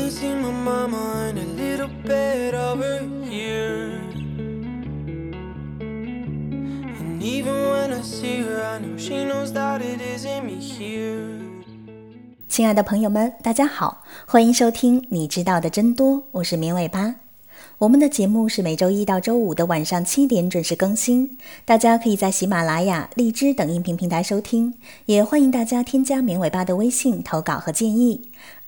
only see my mama in a little bed over here. And even when I see her, I know she knows that it isn't me here. 亲爱的朋友们，大家好，欢迎收听你知道的真多，我是绵尾巴。我们的节目是每周一到周五的晚上7点准时更新，大家可以在喜马拉雅、荔枝等音频平台收听，也欢迎大家添加绵尾巴的微信投稿和建议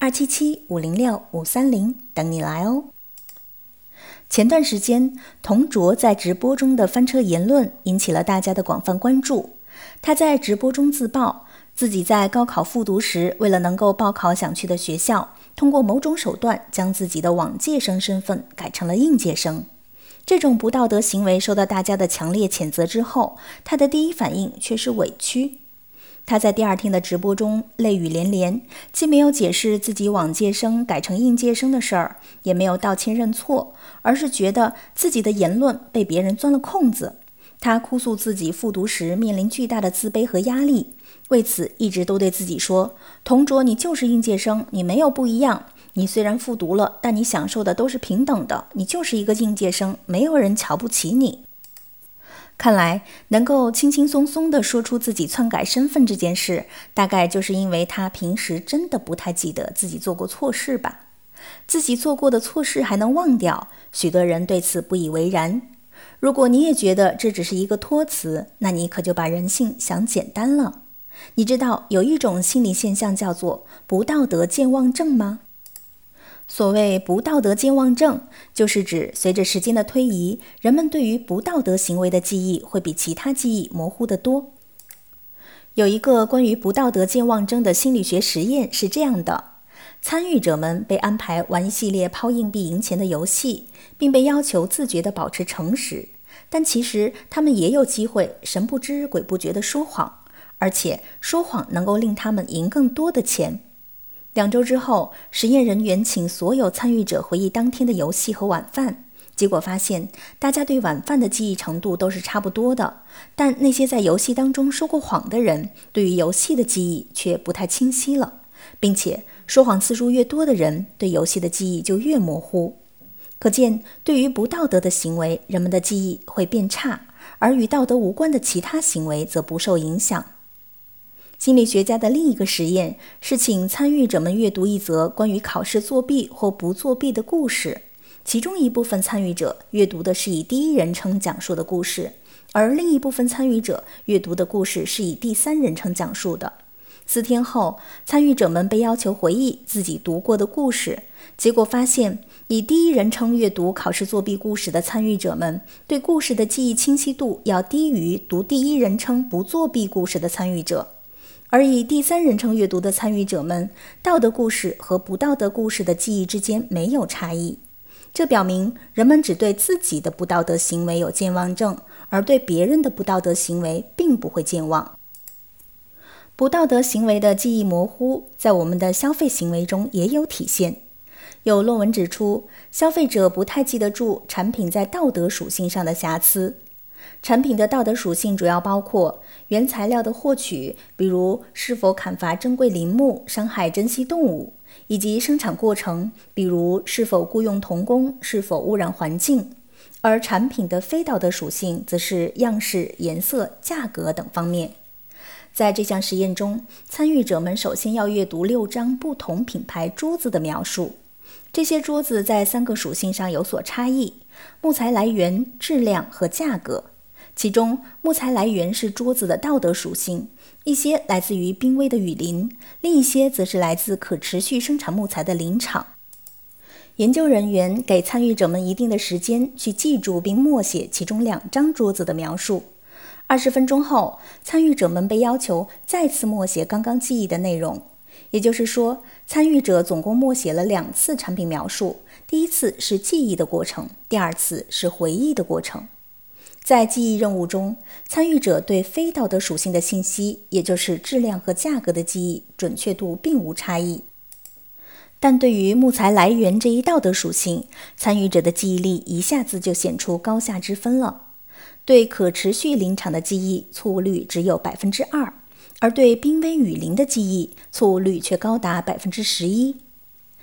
，277-506-530，等你来哦。前段时间，童卓在直播中的翻车言论引起了大家的广泛关注。他在直播中自曝，自己在高考复读时，为了能够报考想去的学校，通过某种手段将自己的往届生身份改成了应届生。这种不道德行为受到大家的强烈谴责之后，他的第一反应却是委屈。他在第二天的直播中泪雨连连，既没有解释自己往届生改成应届生的事儿，也没有道歉认错，而是觉得自己的言论被别人钻了空子。他哭诉自己复读时面临巨大的自卑和压力，为此一直都对自己说，童卓，你就是应届生，你没有不一样，你虽然复读了，但你享受的都是平等的，你就是一个应届生，没有人瞧不起你。看来能够轻轻松松地说出自己篡改身份这件事，大概就是因为他平时真的不太记得自己做过错事吧。自己做过的错事还能忘掉，许多人对此不以为然。如果你也觉得这只是一个托词，那你可就把人性想简单了。你知道有一种心理现象叫做不道德健忘症吗？所谓不道德健忘症，就是指随着时间的推移，人们对于不道德行为的记忆会比其他记忆模糊得多。有一个关于不道德健忘症的心理学实验是这样的：参与者们被安排玩一系列抛硬币赢钱的游戏，并被要求自觉地保持诚实，但其实他们也有机会神不知鬼不觉地说谎，而且说谎能够令他们赢更多的钱。2周之后，实验人员请所有参与者回忆当天的游戏和晚饭，结果发现大家对晚饭的记忆程度都是差不多的，但那些在游戏当中说过谎的人，对于游戏的记忆却不太清晰了，并且说谎次数越多的人，对游戏的记忆就越模糊。可见，对于不道德的行为，人们的记忆会变差，而与道德无关的其他行为则不受影响。心理学家的另一个实验是请参与者们阅读一则关于考试作弊或不作弊的故事，其中一部分参与者阅读的是以第一人称讲述的故事，而另一部分参与者阅读的故事是以第三人称讲述的。4天后，参与者们被要求回忆自己读过的故事，结果发现，以第一人称阅读考试作弊故事的参与者们，对故事的记忆清晰度要低于读第一人称不作弊故事的参与者。而以第三人称阅读的参与者们，道德故事和不道德故事的记忆之间没有差异。这表明人们只对自己的不道德行为有健忘症，而对别人的不道德行为并不会健忘。不道德行为的记忆模糊，在我们的消费行为中也有体现。有论文指出，消费者不太记得住产品在道德属性上的瑕疵。产品的道德属性主要包括原材料的获取，比如是否砍伐珍贵林木、伤害珍稀动物，以及生产过程，比如是否雇用童工、是否污染环境。而产品的非道德属性则是样式、颜色、价格等方面。在这项实验中，参与者们首先要阅读6张不同品牌桌子的描述。这些桌子在3个属性上有所差异：木材来源、质量和价格。其中，木材来源是桌子的道德属性，一些来自于濒危的雨林，另一些则是来自可持续生产木材的林场。研究人员给参与者们一定的时间去记住并默写其中2张桌子的描述。20分钟后，参与者们被要求再次默写刚刚记忆的内容。也就是说，参与者总共默写了2次产品描述，第一次是记忆的过程，第二次是回忆的过程。在记忆任务中，参与者对非道德属性的信息，也就是质量和价格的记忆准确度并无差异。但对于木材来源这一道德属性，参与者的记忆力一下子就显出高下之分了。对可持续林场的记忆错误率只有 2%， 而对濒危雨林的记忆错误率却高达 11%。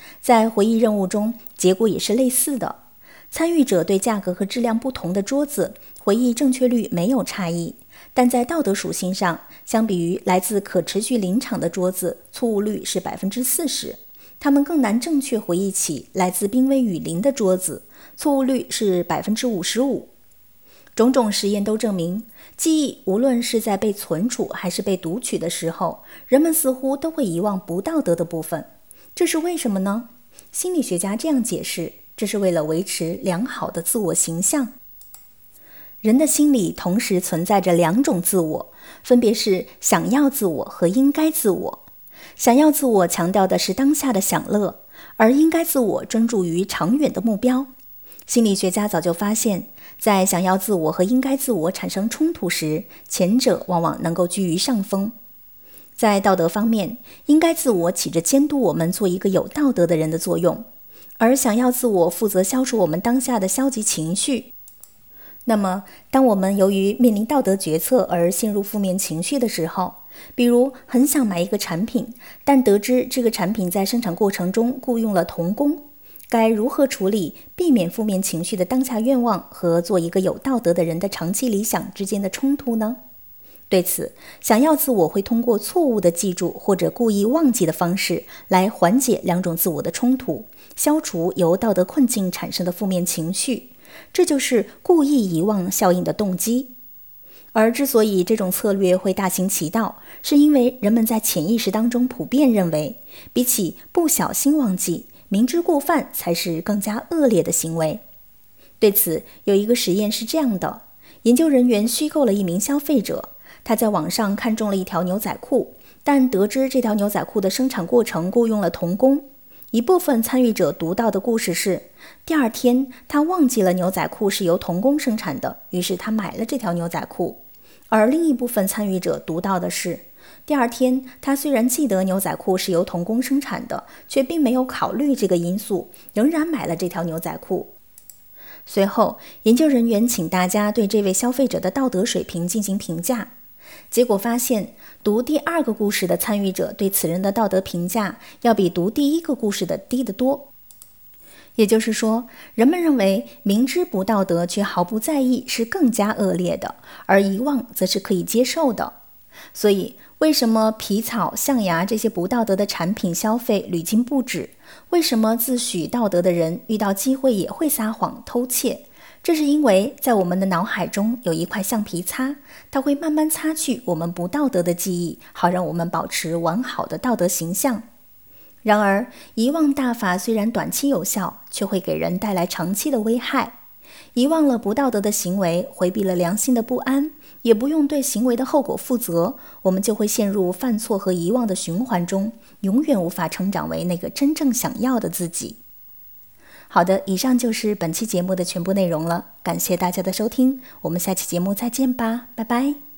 在回忆任务中，结果也是类似的。参与者对价格和质量不同的桌子回忆正确率没有差异，但在道德属性上，相比于来自可持续林场的桌子，错误率是 40%， 他们更难正确回忆起来自濒危雨林的桌子，错误率是 55%。 种种实验都证明，记忆无论是在被存储还是被读取的时候，人们似乎都会遗忘不道德的部分。这是为什么呢？心理学家这样解释，这是为了维持良好的自我形象。人的心里同时存在着两种自我，分别是想要自我和应该自我。想要自我强调的是当下的享乐，而应该自我专注于长远的目标。心理学家早就发现，在想要自我和应该自我产生冲突时，前者往往能够居于上风。在道德方面，应该自我起着监督我们做一个有道德的人的作用，而想要自我负责消除我们当下的消极情绪。那么，当我们由于面临道德决策而陷入负面情绪的时候，比如很想买一个产品，但得知这个产品在生产过程中雇佣了童工，该如何处理避免负面情绪的当下愿望和做一个有道德的人的长期理想之间的冲突呢？对此，想要自我会通过错误的记住或者故意忘记的方式来缓解两种自我的冲突，消除由道德困境产生的负面情绪，这就是故意遗忘效应的动机。而之所以这种策略会大行其道，是因为人们在潜意识当中普遍认为，比起不小心忘记，明知故犯才是更加恶劣的行为。对此，有一个实验是这样的：研究人员虚构了一名消费者，他在网上看中了一条牛仔裤，但得知这条牛仔裤的生产过程雇佣了童工。一部分参与者读到的故事是，第二天他忘记了牛仔裤是由童工生产的，于是他买了这条牛仔裤。而另一部分参与者读到的是，第二天他虽然记得牛仔裤是由童工生产的，却并没有考虑这个因素，仍然买了这条牛仔裤。随后，研究人员请大家对这位消费者的道德水平进行评价。结果发现，读第二个故事的参与者对此人的道德评价要比读第一个故事的低得多。也就是说，人们认为明知不道德却毫不在意是更加恶劣的，而遗忘则是可以接受的。所以，为什么皮草、象牙这些不道德的产品消费屡禁不止？为什么自诩道德的人遇到机会也会撒谎、偷窃？这是因为在我们的脑海中有一块橡皮擦，它会慢慢擦去我们不道德的记忆，好让我们保持完好的道德形象。然而，遗忘大法虽然短期有效，却会给人带来长期的危害。遗忘了不道德的行为，回避了良心的不安，也不用对行为的后果负责，我们就会陷入犯错和遗忘的循环中，永远无法成长为那个真正想要的自己。好的，以上就是本期节目的全部内容了，感谢大家的收听，我们下期节目再见吧，拜拜。